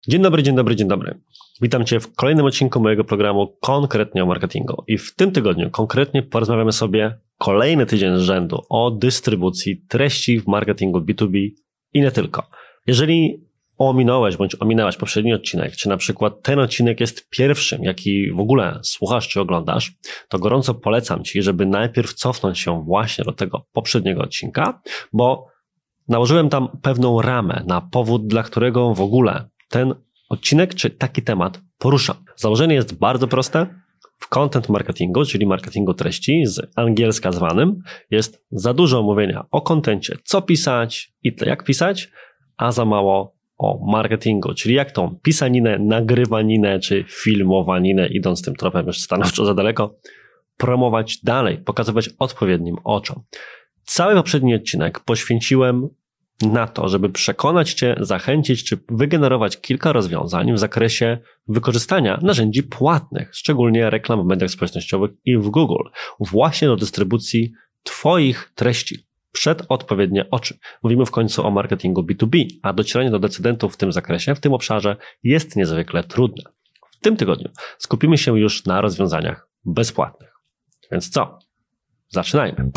Dzień dobry, dzień dobry, dzień dobry. Witam Cię w kolejnym odcinku mojego programu Konkretnie o marketingu. I w tym tygodniu konkretnie porozmawiamy sobie kolejny tydzień z rzędu o dystrybucji treści w marketingu B2B i nie tylko. Jeżeli ominąłeś bądź ominęłaś poprzedni odcinek, czy na przykład ten odcinek jest pierwszym, jaki w ogóle słuchasz czy oglądasz, to gorąco polecam Ci, żeby najpierw cofnąć się właśnie do tego poprzedniego odcinka, bo nałożyłem tam pewną ramę na powód, dla którego w ogóle ten odcinek czy taki temat poruszam. Założenie jest bardzo proste. W content marketingu, czyli marketingu treści, z angielska zwanym, jest za dużo mówienia o kontencie, co pisać i jak pisać, a za mało o marketingu, czyli jak tą pisaninę, nagrywaninę czy filmowaninę, idąc tym tropem już stanowczo za daleko, promować dalej, pokazywać odpowiednim oczom. Cały poprzedni odcinek poświęciłem na to, żeby przekonać Cię, zachęcić czy wygenerować kilka rozwiązań w zakresie wykorzystania narzędzi płatnych, szczególnie reklam w mediach społecznościowych i w Google, właśnie do dystrybucji Twoich treści przed odpowiednie oczy. Mówimy w końcu o marketingu B2B, a docieranie do decydentów w tym zakresie, w tym obszarze jest niezwykle trudne. W tym tygodniu skupimy się już na rozwiązaniach bezpłatnych. Więc co? Zaczynajmy.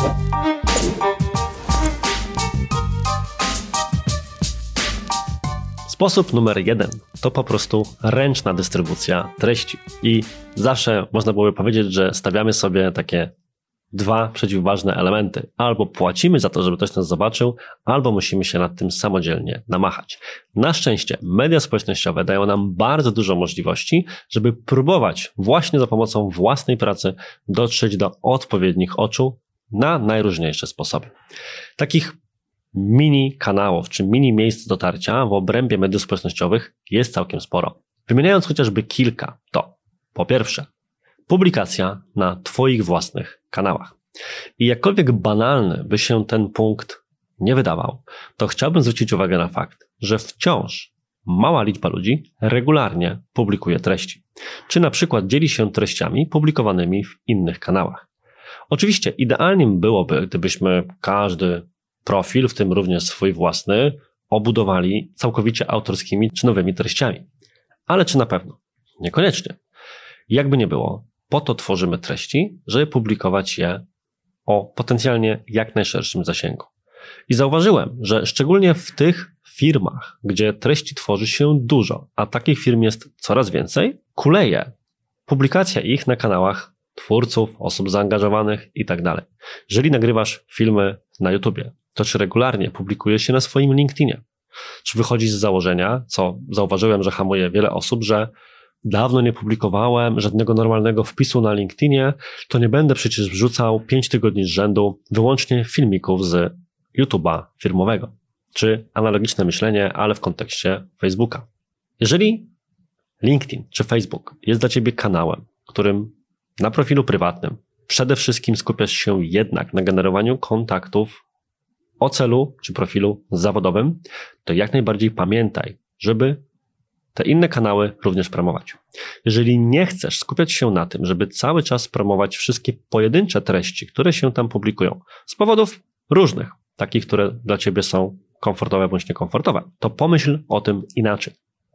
Sposób numer 1 to po prostu ręczna dystrybucja treści i zawsze można byłoby powiedzieć, że stawiamy sobie takie dwa przeciwważne elementy. Albo płacimy za to, żeby ktoś nas zobaczył, albo musimy się nad tym samodzielnie namachać. Na szczęście media społecznościowe dają nam bardzo dużo możliwości, żeby próbować właśnie za pomocą własnej pracy dotrzeć do odpowiednich oczu na najróżniejsze sposoby. Takich mini kanałów czy mini miejsc dotarcia w obrębie mediów społecznościowych jest całkiem sporo. Wymieniając chociażby kilka, to po pierwsze publikacja na Twoich własnych kanałach. I jakkolwiek banalny by się ten punkt nie wydawał, to chciałbym zwrócić uwagę na fakt, że wciąż mała liczba ludzi regularnie publikuje treści. Czy na przykład dzieli się treściami publikowanymi w innych kanałach. Oczywiście idealnym byłoby, gdybyśmy każdy profil, w tym również swój własny, obudowali całkowicie autorskimi czy nowymi treściami. Ale czy na pewno? Niekoniecznie. Jakby nie było, po to tworzymy treści, żeby publikować je o potencjalnie jak najszerszym zasięgu. I zauważyłem, że szczególnie w tych firmach, gdzie treści tworzy się dużo, a takich firm jest coraz więcej, kuleje publikacja ich na kanałach twórców, osób zaangażowanych itd. Jeżeli nagrywasz filmy na YouTubie, to czy regularnie publikujesz się na swoim LinkedInie? Czy wychodzi z założenia, co zauważyłem, że hamuje wiele osób, że dawno nie publikowałem żadnego normalnego wpisu na LinkedInie, to nie będę przecież wrzucał 5 tygodni z rzędu wyłącznie filmików z YouTube'a firmowego. Czy analogiczne myślenie, ale w kontekście Facebooka. Jeżeli LinkedIn czy Facebook jest dla Ciebie kanałem, którym na profilu prywatnym przede wszystkim skupiasz się jednak na generowaniu kontaktów o celu czy profilu zawodowym, to jak najbardziej pamiętaj, żeby te inne kanały również promować. Jeżeli nie chcesz skupiać się na tym, żeby cały czas promować wszystkie pojedyncze treści, które się tam publikują, z powodów różnych, takich, które dla Ciebie są komfortowe bądź niekomfortowe, to pomyśl o tym inaczej.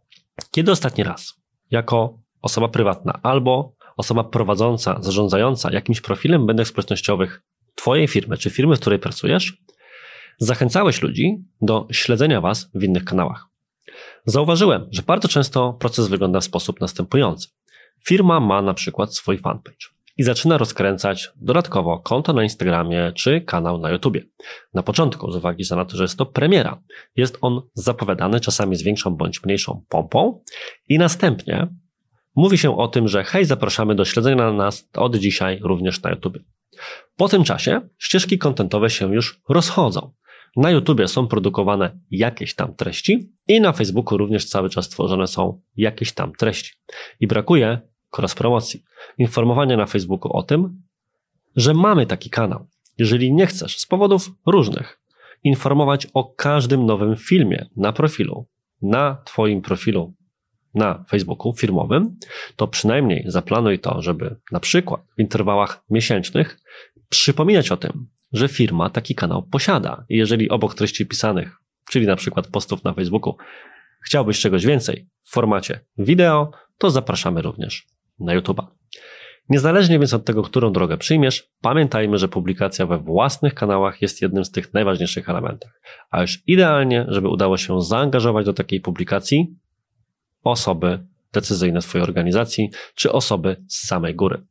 Kiedy ostatni raz, jako osoba prywatna albo osoba prowadząca, zarządzająca jakimś profilem w mediach społecznościowych Twojej firmy czy firmy, w której pracujesz, zachęcałeś ludzi do śledzenia Was w innych kanałach? Zauważyłem, że bardzo często proces wygląda w sposób następujący. Firma ma na przykład swój fanpage i zaczyna rozkręcać dodatkowo konto na Instagramie czy kanał na YouTubie. Na początku, z uwagi na to, że jest to premiera, jest on zapowiadany czasami z większą bądź mniejszą pompą i następnie mówi się o tym, że hej, zapraszamy do śledzenia nas od dzisiaj również na YouTubie. Po tym czasie ścieżki kontentowe się już rozchodzą. Na YouTubie są produkowane jakieś tam treści i na Facebooku również cały czas tworzone są jakieś tam treści. I brakuje cross promocji, informowania na Facebooku o tym, że mamy taki kanał. Jeżeli nie chcesz z powodów różnych informować o każdym nowym filmie na profilu, na Twoim profilu na Facebooku firmowym, to przynajmniej zaplanuj to, żeby na przykład w interwałach miesięcznych przypominać o tym, że firma taki kanał posiada. I jeżeli obok treści pisanych, czyli na przykład postów na Facebooku, chciałbyś czegoś więcej w formacie wideo, to zapraszamy również na YouTube'a. Niezależnie więc od tego, którą drogę przyjmiesz, pamiętajmy, że publikacja we własnych kanałach jest jednym z tych najważniejszych elementów. A już idealnie, żeby udało się zaangażować do takiej publikacji osoby decyzyjne w Twojej organizacji, czy osoby z samej góry.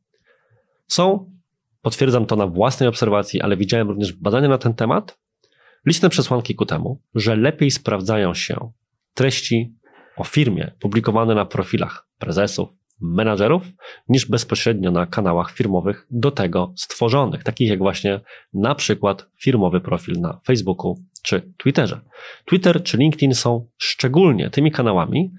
Potwierdzam to na własnej obserwacji, ale widziałem również badania na ten temat, liczne przesłanki ku temu, że lepiej sprawdzają się treści o firmie publikowane na profilach prezesów, menadżerów, niż bezpośrednio na kanałach firmowych do tego stworzonych, takich jak właśnie na przykład firmowy profil na Facebooku czy Twitterze. Twitter czy LinkedIn są szczególnie tymi kanałami,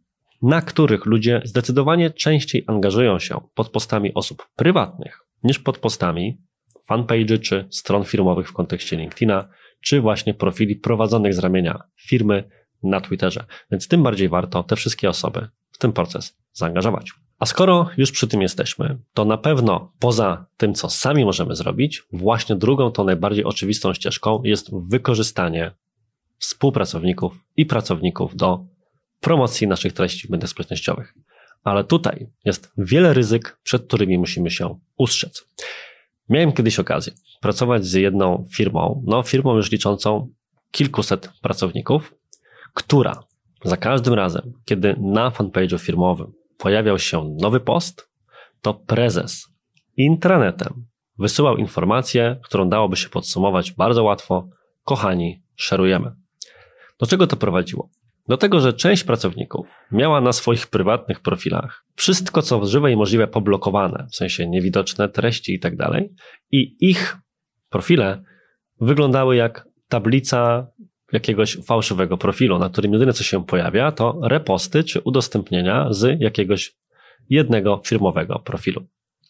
na których ludzie zdecydowanie częściej angażują się pod postami osób prywatnych niż pod postami fanpage'y czy stron firmowych w kontekście LinkedIna, czy właśnie profili prowadzonych z ramienia firmy na Twitterze. Więc tym bardziej warto te wszystkie osoby w ten proces zaangażować. A skoro już przy tym jesteśmy, to na pewno poza tym, co sami możemy zrobić, właśnie drugą, tą najbardziej oczywistą ścieżką jest wykorzystanie współpracowników i pracowników do promocji naszych treści w mediach społecznościowych. Ale tutaj jest wiele ryzyk, przed którymi musimy się ustrzec. Miałem kiedyś okazję pracować z jedną firmą, firmą już liczącą kilkuset pracowników, która za każdym razem, kiedy na fanpage'u firmowym pojawiał się nowy post, to prezes intranetem wysyłał informację, którą dałoby się podsumować bardzo łatwo: kochani, szerujemy. Do czego to prowadziło? Do tego, że część pracowników miała na swoich prywatnych profilach wszystko, co żywe i możliwe, poblokowane, w sensie niewidoczne treści i tak dalej, i ich profile wyglądały jak tablica jakiegoś fałszywego profilu, na którym jedyne, co się pojawia, to reposty czy udostępnienia z jakiegoś jednego firmowego profilu.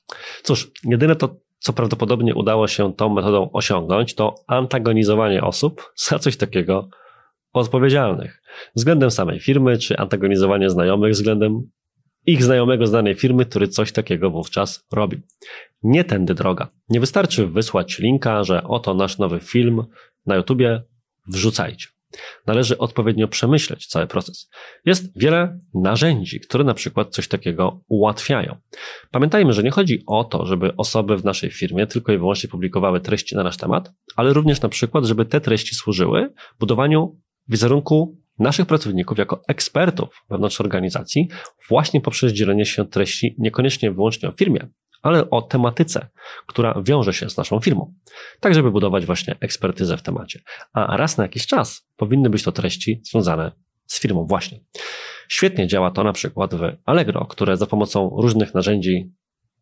Cóż, jedyne to, co prawdopodobnie udało się tą metodą osiągnąć, to antagonizowanie osób za coś takiego odpowiedzialnych względem samej firmy, czy antagonizowanie znajomych względem ich znajomego z danej firmy, który coś takiego wówczas robi. Nie tędy droga. Nie wystarczy wysłać linka, że oto nasz nowy film na YouTubie, wrzucajcie. Należy odpowiednio przemyśleć cały proces. Jest wiele narzędzi, które na przykład coś takiego ułatwiają. Pamiętajmy, że nie chodzi o to, żeby osoby w naszej firmie tylko i wyłącznie publikowały treści na nasz temat, ale również na przykład, żeby te treści służyły budowaniu wizerunku naszych pracowników jako ekspertów wewnątrz organizacji właśnie poprzez dzielenie się treści niekoniecznie wyłącznie o firmie, ale o tematyce, która wiąże się z naszą firmą, tak żeby budować właśnie ekspertyzę w temacie. A raz na jakiś czas powinny być to treści związane z firmą właśnie. Świetnie działa to na przykład w Allegro, które za pomocą różnych narzędzi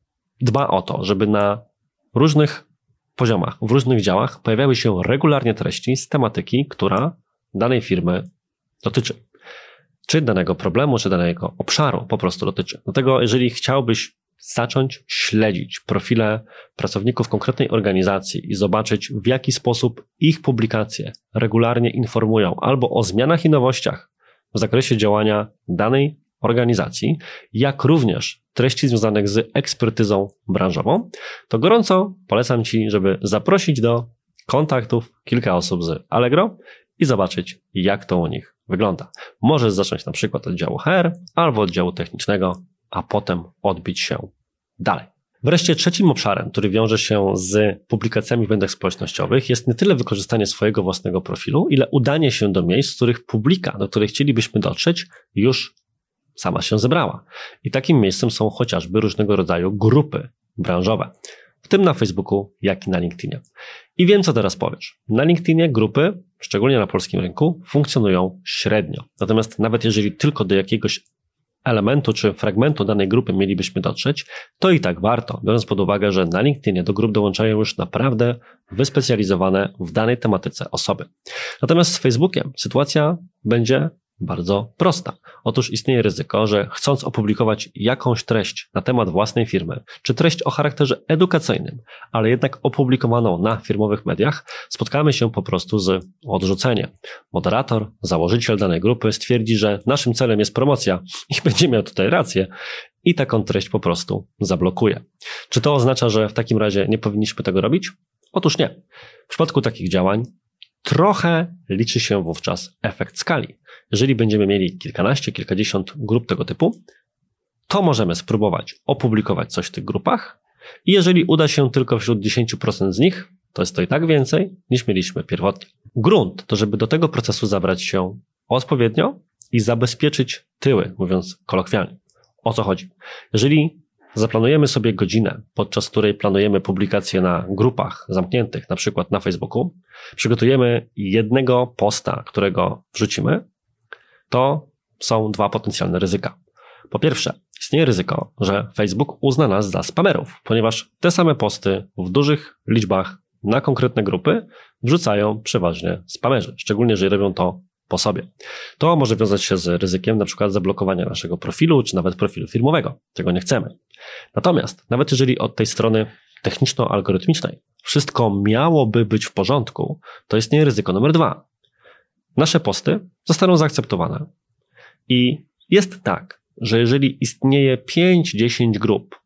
dba o to, żeby na różnych poziomach, w różnych działach pojawiały się regularnie treści z tematyki, która danej firmy dotyczy. Czy danego problemu, czy danego obszaru po prostu dotyczy. Dlatego jeżeli chciałbyś zacząć śledzić profile pracowników konkretnej organizacji i zobaczyć, w jaki sposób ich publikacje regularnie informują albo o zmianach i nowościach w zakresie działania danej organizacji, jak również treści związanych z ekspertyzą branżową, to gorąco polecam Ci, żeby zaprosić do kontaktów kilka osób z Allegro i zobaczyć, jak to u nich wygląda. Możesz zacząć na przykład od działu HR albo od działu technicznego, a potem odbić się dalej. Wreszcie trzecim obszarem, który wiąże się z publikacjami w mediach społecznościowych, jest nie tyle wykorzystanie swojego własnego profilu, ile udanie się do miejsc, w których publika, do której chcielibyśmy dotrzeć, już sama się zebrała. I takim miejscem są chociażby różnego rodzaju grupy branżowe, w tym na Facebooku, jak i na LinkedInie. I wiem, co teraz powiesz. Na LinkedInie grupy, szczególnie na polskim rynku, funkcjonują średnio. Natomiast nawet jeżeli tylko do jakiegoś elementu czy fragmentu danej grupy mielibyśmy dotrzeć, to i tak warto, biorąc pod uwagę, że na LinkedInie do grup dołączają już naprawdę wyspecjalizowane w danej tematyce osoby. Natomiast z Facebookiem sytuacja będzie bardzo prosta. Otóż istnieje ryzyko, że chcąc opublikować jakąś treść na temat własnej firmy, czy treść o charakterze edukacyjnym, ale jednak opublikowaną na firmowych mediach, spotkamy się po prostu z odrzuceniem. Moderator, założyciel danej grupy stwierdzi, że naszym celem jest promocja i będzie miał tutaj rację i taką treść po prostu zablokuje. Czy to oznacza, że w takim razie nie powinniśmy tego robić? Otóż nie. W przypadku takich działań Trochę liczy się wówczas efekt skali. Jeżeli będziemy mieli kilkanaście, kilkadziesiąt grup tego typu, to możemy spróbować opublikować coś w tych grupach i jeżeli uda się tylko wśród 10% z nich, to jest to i tak więcej niż mieliśmy pierwotnie. Grunt to, żeby do tego procesu zabrać się odpowiednio i zabezpieczyć tyły, mówiąc kolokwialnie. O co chodzi? Jeżeli zaplanujemy sobie godzinę, podczas której planujemy publikację na grupach zamkniętych, na przykład na Facebooku, przygotujemy jednego posta, którego wrzucimy, to są dwa potencjalne ryzyka. Po pierwsze, istnieje ryzyko, że Facebook uzna nas za spamerów, ponieważ te same posty w dużych liczbach na konkretne grupy wrzucają przeważnie spamerzy, szczególnie jeżeli robią to po sobie. To może wiązać się z ryzykiem na przykład zablokowania naszego profilu, czy nawet profilu firmowego. Tego nie chcemy. Natomiast nawet jeżeli od tej strony techniczno-algorytmicznej wszystko miałoby być w porządku, to istnieje ryzyko numer 2. Nasze posty zostaną zaakceptowane i jest tak, że jeżeli istnieje 5-10 grup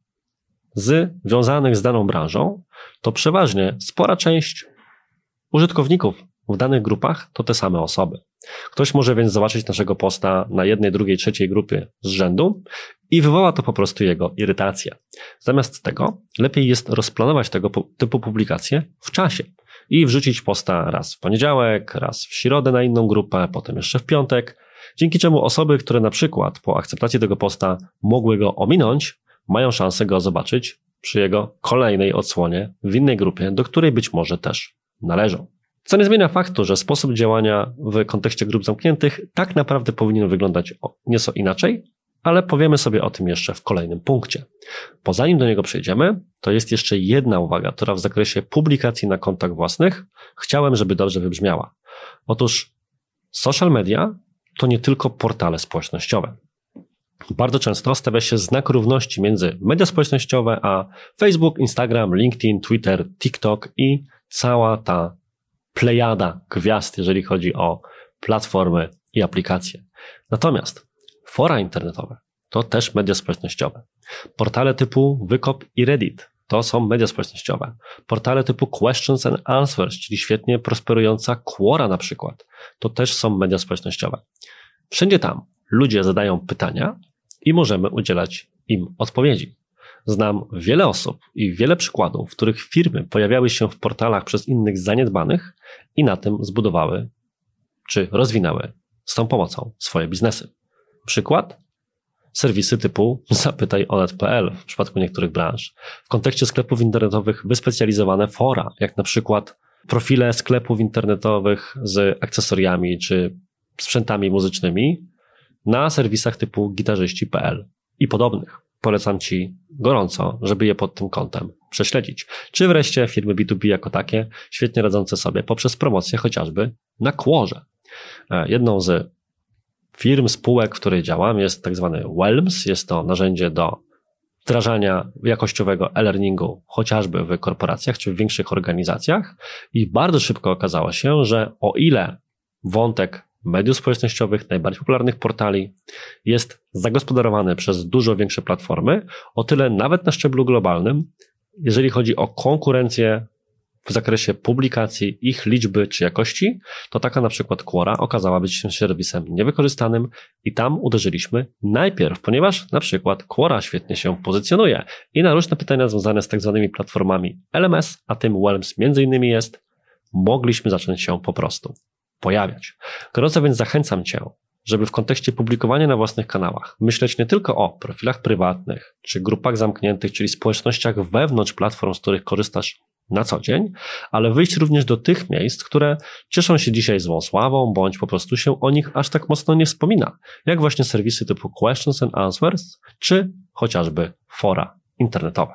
związanych z daną branżą, to przeważnie spora część użytkowników w danych grupach to te same osoby. Ktoś może więc zobaczyć naszego posta na jednej, drugiej, trzeciej grupie z rzędu i wywoła to po prostu jego irytację. Zamiast tego lepiej jest rozplanować tego typu publikacje w czasie i wrzucić posta raz w poniedziałek, raz w środę na inną grupę, potem jeszcze w piątek, dzięki czemu osoby, które na przykład po akceptacji tego posta mogły go ominąć, mają szansę go zobaczyć przy jego kolejnej odsłonie w innej grupie, do której być może też należą. Co nie zmienia faktu, że sposób działania w kontekście grup zamkniętych tak naprawdę powinien wyglądać nieco inaczej, ale powiemy sobie o tym jeszcze w kolejnym punkcie. Bo zanim do niego przejdziemy, to jest jeszcze jedna uwaga, która w zakresie publikacji na kontach własnych chciałem, żeby dobrze wybrzmiała. Otóż social media to nie tylko portale społecznościowe. Bardzo często stawia się znak równości między media społecznościowe a Facebook, Instagram, LinkedIn, Twitter, TikTok i cała ta plejada gwiazd, jeżeli chodzi o platformy i aplikacje. Natomiast fora internetowe to też media społecznościowe. Portale typu Wykop i Reddit to są media społecznościowe. Portale typu Questions and Answers, czyli świetnie prosperująca Quora na przykład, to też są media społecznościowe. Wszędzie tam ludzie zadają pytania i możemy udzielać im odpowiedzi. Znam wiele osób i wiele przykładów, w których firmy pojawiały się w portalach przez innych zaniedbanych i na tym zbudowały czy rozwinęły z tą pomocą swoje biznesy. Przykład? Serwisy typu zapytajonet.pl w przypadku niektórych branż. W kontekście sklepów internetowych wyspecjalizowane fora, jak na przykład profile sklepów internetowych z akcesoriami czy sprzętami muzycznymi na serwisach typu gitarzyści.pl i podobnych. Polecam Ci gorąco, żeby je pod tym kątem prześledzić. Czy wreszcie firmy B2B jako takie, świetnie radzące sobie poprzez promocję chociażby na Quorze. Jedną z firm, spółek, w której działam, jest tak zwany Whelms. Jest to narzędzie do wdrażania jakościowego e-learningu chociażby w korporacjach czy w większych organizacjach i bardzo szybko okazało się, że o ile wątek mediów społecznościowych, najbardziej popularnych portali jest zagospodarowany przez dużo większe platformy, o tyle nawet na szczeblu globalnym, jeżeli chodzi o konkurencję w zakresie publikacji, ich liczby czy jakości, to taka na przykład Quora okazała być się serwisem niewykorzystanym i tam uderzyliśmy najpierw, ponieważ na przykład Quora świetnie się pozycjonuje i na różne pytania związane z tak zwanymi platformami LMS, a tym Whelms między innymi jest, mogliśmy zacząć się po prostu pojawiać. Gorąco więc zachęcam Cię, żeby w kontekście publikowania na własnych kanałach myśleć nie tylko o profilach prywatnych czy grupach zamkniętych, czyli społecznościach wewnątrz platform, z których korzystasz na co dzień, ale wyjść również do tych miejsc, które cieszą się dzisiaj złą sławą, bądź po prostu się o nich aż tak mocno nie wspomina, jak właśnie serwisy typu Questions and Answers, czy chociażby fora internetowe.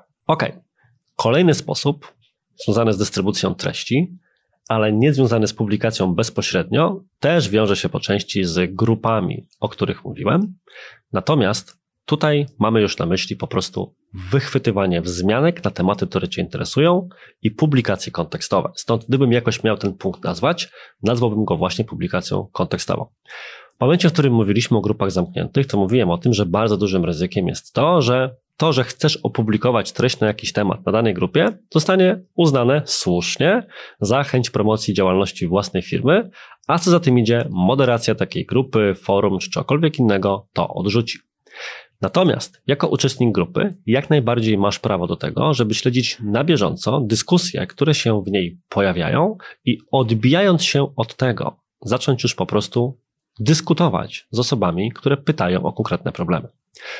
Kolejny sposób związany z dystrybucją treści, ale nie związany z publikacją bezpośrednio, też wiąże się po części z grupami, o których mówiłem. Natomiast tutaj mamy już na myśli po prostu wychwytywanie wzmianek na tematy, które Cię interesują i publikacje kontekstowe. Stąd gdybym jakoś miał ten punkt nazwałbym go właśnie publikacją kontekstową. W momencie, w którym mówiliśmy o grupach zamkniętych, to mówiłem o tym, że bardzo dużym ryzykiem jest to, że to, że chcesz opublikować treść na jakiś temat na danej grupie, zostanie uznane słusznie za chęć promocji działalności własnej firmy, a co za tym idzie, moderacja takiej grupy, forum czy czegokolwiek innego to odrzuci. Natomiast jako uczestnik grupy jak najbardziej masz prawo do tego, żeby śledzić na bieżąco dyskusje, które się w niej pojawiają i odbijając się od tego, zacząć już po prostu dyskutować z osobami, które pytają o konkretne problemy.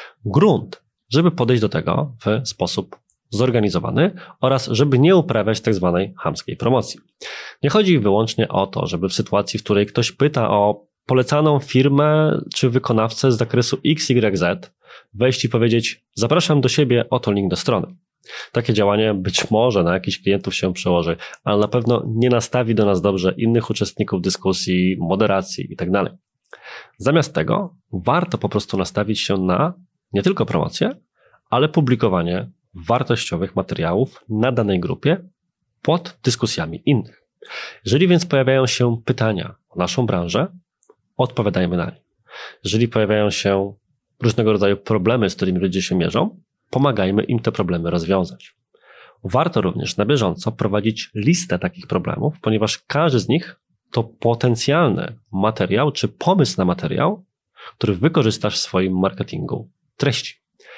Grunt, żeby podejść do tego w sposób zorganizowany oraz żeby nie uprawiać tak zwanej chamskiej promocji. Nie chodzi wyłącznie o to, żeby w sytuacji, w której ktoś pyta o polecaną firmę czy wykonawcę z zakresu XYZ, wejść i powiedzieć: zapraszam do siebie, oto link do strony. Takie działanie być może na jakichś klientów się przełoży, ale na pewno nie nastawi do nas dobrze innych uczestników dyskusji, moderacji itd. Zamiast tego warto po prostu nastawić się na nie tylko promocję, ale publikowanie wartościowych materiałów na danej grupie pod dyskusjami innych. Jeżeli więc pojawiają się pytania o naszą branżę, odpowiadajmy na nie. Jeżeli pojawiają się różnego rodzaju problemy, z którymi ludzie się mierzą, pomagajmy im te problemy rozwiązać. Warto również na bieżąco prowadzić listę takich problemów, ponieważ każdy z nich to potencjalny materiał czy pomysł na materiał, który wykorzystasz w swoim marketingu treści.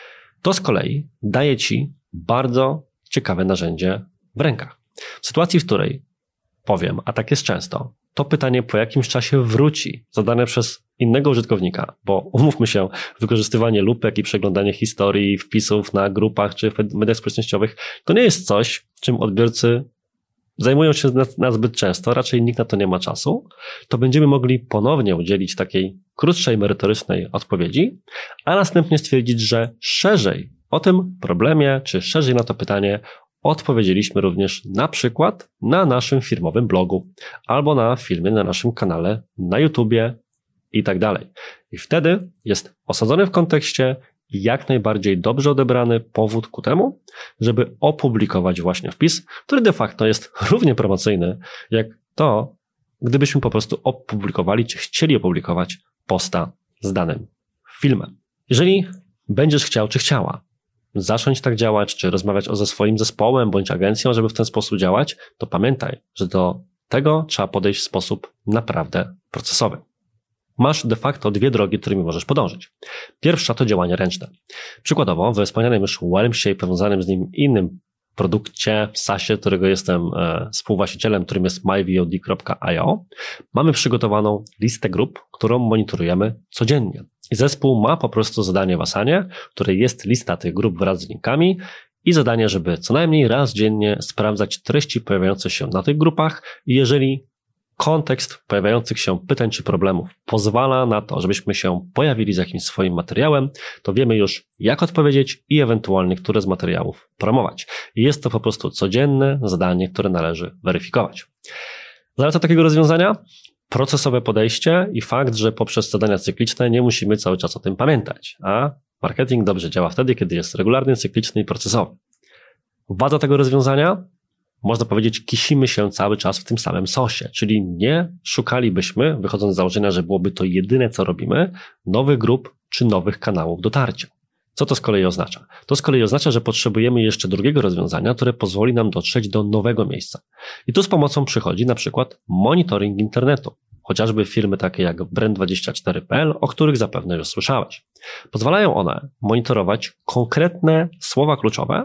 To z kolei daje Ci bardzo ciekawe narzędzie w rękach. W sytuacji, w której powiem, a tak jest często, to pytanie po jakimś czasie wróci, zadane przez innego użytkownika, bo umówmy się, wykorzystywanie lupek i przeglądanie historii, wpisów na grupach czy w mediach społecznościowych to nie jest coś, czym odbiorcy zajmują się nazbyt często, raczej nikt na to nie ma czasu, to będziemy mogli ponownie udzielić takiej krótszej, merytorycznej odpowiedzi, a następnie stwierdzić, że szerzej o tym problemie, czy szerzej na to pytanie odpowiedzieliśmy również na przykład na naszym firmowym blogu, albo na filmie na naszym kanale na YouTubie i tak dalej. I wtedy jest osadzony w kontekście i jak najbardziej dobrze odebrany powód ku temu, żeby opublikować właśnie wpis, który de facto jest równie promocyjny, jak to, gdybyśmy po prostu opublikowali, czy chcieli opublikować posta z danym filmem. Jeżeli będziesz chciał, czy chciała zacząć tak działać, czy rozmawiać ze swoim zespołem, bądź agencją, żeby w ten sposób działać, to pamiętaj, że do tego trzeba podejść w sposób naprawdę procesowy. Masz de facto dwie drogi, którymi możesz podążyć. Pierwsza to działanie ręczne. Przykładowo, we wspomnianym już Wellmsie i powiązanym z nim innym produkcie, SaaSie, którego jestem współwłaścicielem, którym jest myvod.io, mamy przygotowaną listę grup, którą monitorujemy codziennie. I zespół ma po prostu zadanie w Asanie, w której jest lista tych grup wraz z linkami i zadanie, żeby co najmniej raz dziennie sprawdzać treści pojawiające się na tych grupach i jeżeli kontekst pojawiających się pytań czy problemów pozwala na to, żebyśmy się pojawili z jakimś swoim materiałem, to wiemy już, jak odpowiedzieć i ewentualnie które z materiałów promować. I jest to po prostu codzienne zadanie, które należy weryfikować. Zaleta takiego rozwiązania? Procesowe podejście i fakt, że poprzez zadania cykliczne nie musimy cały czas o tym pamiętać, a marketing dobrze działa wtedy, kiedy jest regularny, cykliczny i procesowy. Wada tego rozwiązania? Można powiedzieć, kisimy się cały czas w tym samym sosie, czyli nie szukalibyśmy, wychodząc z założenia, że byłoby to jedyne, co robimy, nowych grup czy nowych kanałów dotarcia. Co to z kolei oznacza? To z kolei oznacza, że potrzebujemy jeszcze drugiego rozwiązania, które pozwoli nam dotrzeć do nowego miejsca. I tu z pomocą przychodzi na przykład monitoring internetu, chociażby firmy takie jak Brand24.pl, o których zapewne już słyszałeś. Pozwalają one monitorować konkretne słowa kluczowe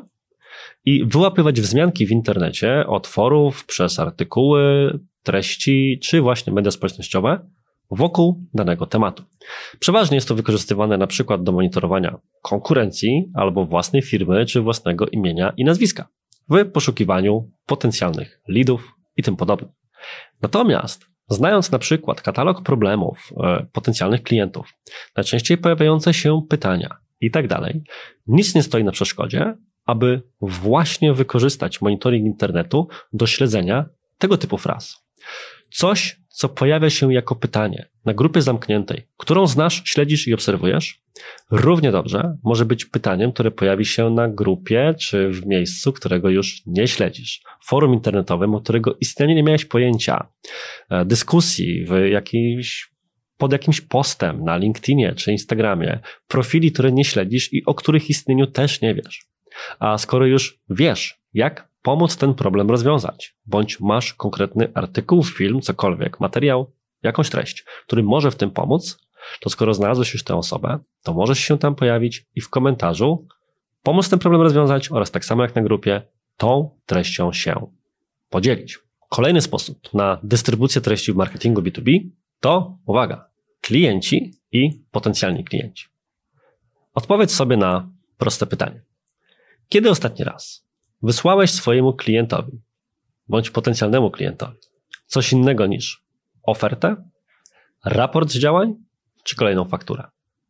i wyłapywać wzmianki w internecie od forów, przez artykuły, treści, czy właśnie media społecznościowe wokół danego tematu. Przeważnie jest to wykorzystywane na przykład do monitorowania konkurencji albo własnej firmy, czy własnego imienia i nazwiska w poszukiwaniu potencjalnych leadów i tym podobne. Natomiast znając na przykład katalog problemów potencjalnych klientów, najczęściej pojawiające się pytania i tak dalej, nic nie stoi na przeszkodzie, aby właśnie wykorzystać monitoring internetu do śledzenia tego typu fraz. Coś, co pojawia się jako pytanie na grupie zamkniętej, którą znasz, śledzisz i obserwujesz, równie dobrze może być pytaniem, które pojawi się na grupie czy w miejscu, którego już nie śledzisz. Forum internetowym, o którego istnieniu nie miałeś pojęcia, dyskusji w jakiejś pod jakimś postem na LinkedInie czy Instagramie profili, które nie śledzisz i o których istnieniu też nie wiesz. A skoro już wiesz, jak pomóc ten problem rozwiązać, bądź masz konkretny artykuł, film, cokolwiek, materiał, jakąś treść, który może w tym pomóc, to skoro znalazłeś już tę osobę, to możesz się tam pojawić i w komentarzu pomóc ten problem rozwiązać oraz tak samo jak na grupie tą treścią się podzielić. Kolejny sposób na dystrybucję treści w marketingu B2B to, uwaga, klienci i potencjalni klienci. Odpowiedz sobie na proste pytanie. Kiedy ostatni raz wysłałeś swojemu klientowi bądź potencjalnemu klientowi coś innego niż ofertę, raport z działań czy kolejną fakturę?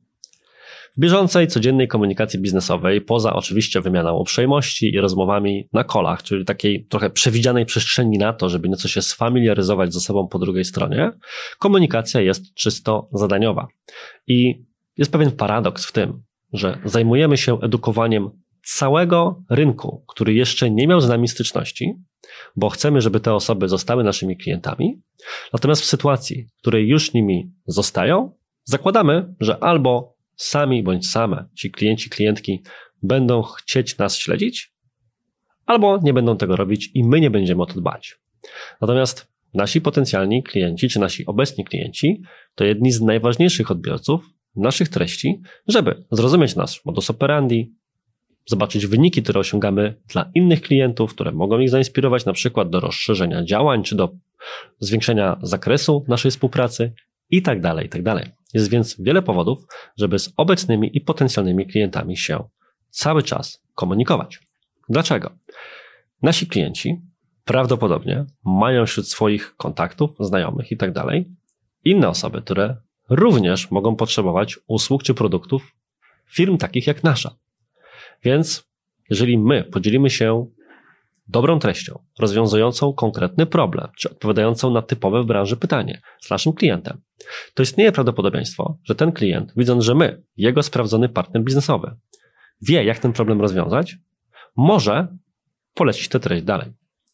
W bieżącej, codziennej komunikacji biznesowej, poza oczywiście wymianą uprzejmości i rozmowami na kolach, czyli takiej trochę przewidzianej przestrzeni na to, żeby nieco się sfamiliaryzować ze sobą po drugiej stronie, komunikacja jest czysto zadaniowa. I jest pewien paradoks w tym, że zajmujemy się edukowaniem całego rynku, który jeszcze nie miał z nami styczności, bo chcemy, żeby te osoby zostały naszymi klientami, natomiast w sytuacji, w której już nimi zostają, zakładamy, że albo sami bądź same ci klienci, klientki będą chcieć nas śledzić, albo nie będą tego robić i my nie będziemy o to dbać. Natomiast nasi potencjalni klienci, czy nasi obecni klienci, to jedni z najważniejszych odbiorców naszych treści, żeby zrozumieć nasz modus operandi, zobaczyć wyniki, które osiągamy dla innych klientów, które mogą ich zainspirować na przykład do rozszerzenia działań, czy do zwiększenia zakresu naszej współpracy i tak dalej, i tak dalej. Jest więc wiele powodów, żeby z obecnymi i potencjalnymi klientami się cały czas komunikować. Dlaczego? Nasi klienci prawdopodobnie mają wśród swoich kontaktów, znajomych i tak dalej inne osoby, które również mogą potrzebować usług czy produktów firm takich jak nasza. Więc jeżeli my podzielimy się dobrą treścią, rozwiązującą konkretny problem, czy odpowiadającą na typowe w branży pytanie z naszym klientem, to istnieje prawdopodobieństwo, że ten klient, widząc, że my, jego sprawdzony partner biznesowy, wie, jak ten problem rozwiązać, może polecić tę treść dalej.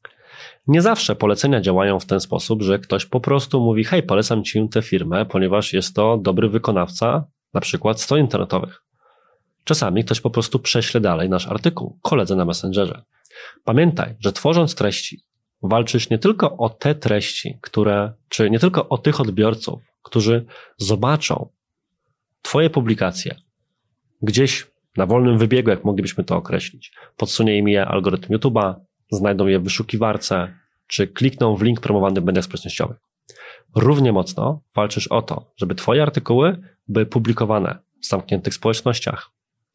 Nie zawsze polecenia działają w ten sposób, że ktoś po prostu mówi: hej, polecam ci tę firmę, ponieważ jest to dobry wykonawca, na przykład stron internetowych. Czasami ktoś po prostu prześle dalej nasz artykuł koledze na Messengerze. Pamiętaj, że tworząc treści, walczysz nie tylko o te treści, czy nie tylko o tych odbiorców, którzy zobaczą twoje publikacje gdzieś na wolnym wybiegu, jak moglibyśmy to określić. Podsunie im je algorytm YouTube'a, znajdą je w wyszukiwarce, czy klikną w link promowany w mediach społecznościowych. Równie mocno walczysz o to, żeby twoje artykuły były publikowane w zamkniętych społecznościach,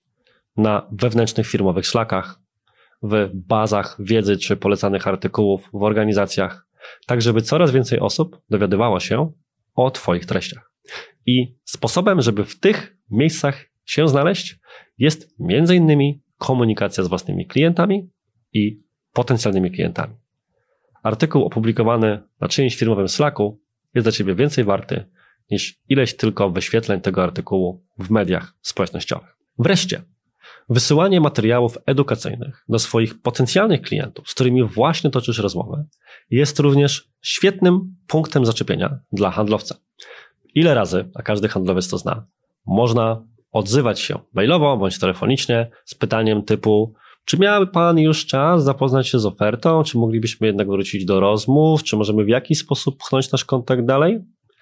na wewnętrznych firmowych Slackach, w bazach wiedzy czy polecanych artykułów w organizacjach, tak żeby coraz więcej osób dowiadywało się o twoich treściach. I sposobem, żeby w tych miejscach się znaleźć, jest m.in. komunikacja z własnymi klientami i potencjalnymi klientami. Artykuł opublikowany na czyimś firmowym Slacku jest dla ciebie więcej warty niż ileś tylko wyświetleń tego artykułu w mediach społecznościowych. Wreszcie, wysyłanie materiałów edukacyjnych do swoich potencjalnych klientów, z którymi właśnie toczysz rozmowę, jest również świetnym punktem zaczepienia dla handlowca. Ile razy, a każdy handlowiec to zna, można odzywać się mailowo bądź telefonicznie z pytaniem typu: czy miałby pan już czas zapoznać się z ofertą, czy moglibyśmy jednak wrócić do rozmów, czy możemy w jakiś sposób pchnąć nasz kontakt dalej?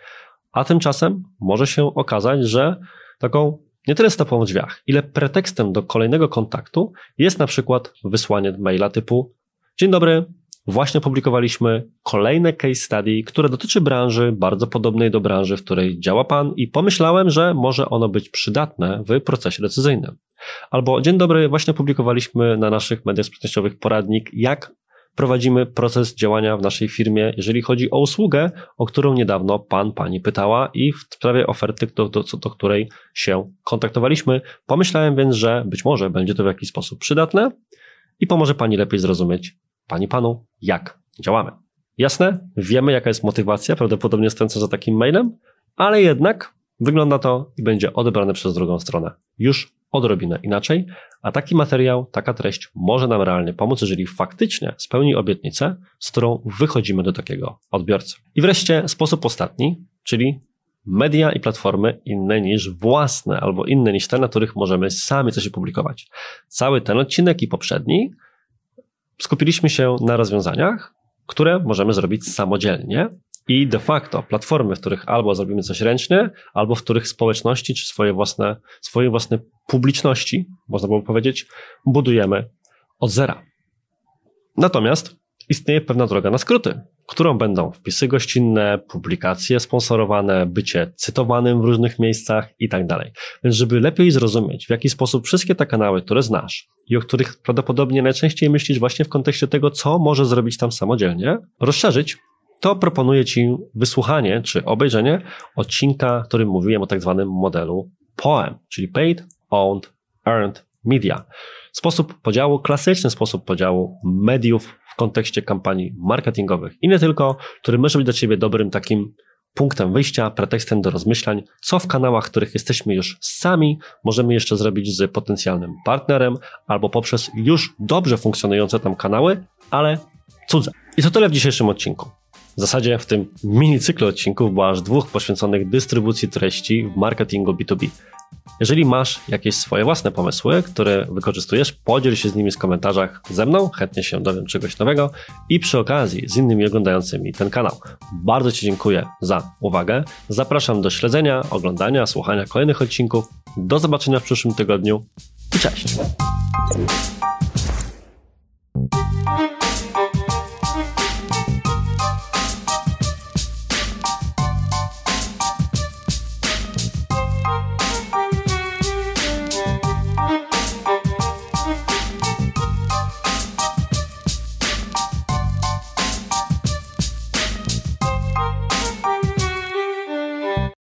A tymczasem może się okazać, że taką nie tyle stopą w drzwiach, ile pretekstem do kolejnego kontaktu jest na przykład wysłanie maila typu: dzień dobry, właśnie publikowaliśmy kolejne case study, które dotyczy branży bardzo podobnej do branży, w której działa pan i pomyślałem, że może ono być przydatne w procesie decyzyjnym. Albo: dzień dobry, właśnie publikowaliśmy na naszych mediach społecznościowych poradnik, jak prowadzimy proces działania w naszej firmie, jeżeli chodzi o usługę, o którą niedawno pani pytała i w sprawie oferty, do której się kontaktowaliśmy. Pomyślałem więc, że być może będzie to w jakiś sposób przydatne i pomoże pani lepiej zrozumieć, panu, jak działamy. Jasne? Wiemy, jaka jest motywacja prawdopodobnie stojąca za takim mailem, ale jednak wygląda to i będzie odebrane przez drugą stronę już odrobinę inaczej, a taki materiał, taka treść może nam realnie pomóc, jeżeli faktycznie spełni obietnicę, z którą wychodzimy do takiego odbiorcy. I wreszcie sposób ostatni, czyli media i platformy inne niż własne albo inne niż te, na których możemy sami coś opublikować. Cały ten odcinek i poprzedni skupiliśmy się na rozwiązaniach, które możemy zrobić samodzielnie i de facto platformy, w których albo zrobimy coś ręcznie, albo w których społeczności czy swoje własne publiczności, można było powiedzieć, budujemy od zera. Natomiast istnieje pewna droga na skróty, którą będą wpisy gościnne, publikacje sponsorowane, bycie cytowanym w różnych miejscach i tak dalej. Więc żeby lepiej zrozumieć, w jaki sposób wszystkie te kanały, które znasz i o których prawdopodobnie najczęściej myślisz właśnie w kontekście tego, co może zrobić tam samodzielnie, rozszerzyć, to proponuję Ci wysłuchanie czy obejrzenie odcinka, w którym mówiłem o tak zwanym modelu POEM, czyli Paid, Owned, Earned Media. Klasyczny sposób podziału mediów w kontekście kampanii marketingowych i nie tylko, który może być dla Ciebie dobrym takim punktem wyjścia, pretekstem do rozmyślań, co w kanałach, w których jesteśmy już sami, możemy jeszcze zrobić z potencjalnym partnerem albo poprzez już dobrze funkcjonujące tam kanały, ale cudze. I to tyle w dzisiejszym odcinku. W zasadzie w tym mini cyklu odcinków było aż 2 poświęconych dystrybucji treści w marketingu B2B. Jeżeli masz jakieś swoje własne pomysły, które wykorzystujesz, podziel się z nimi w komentarzach ze mną, chętnie się dowiem czegoś nowego i przy okazji z innymi oglądającymi ten kanał. Bardzo Ci dziękuję za uwagę. Zapraszam do śledzenia, oglądania, słuchania kolejnych odcinków. Do zobaczenia w przyszłym tygodniu i cześć!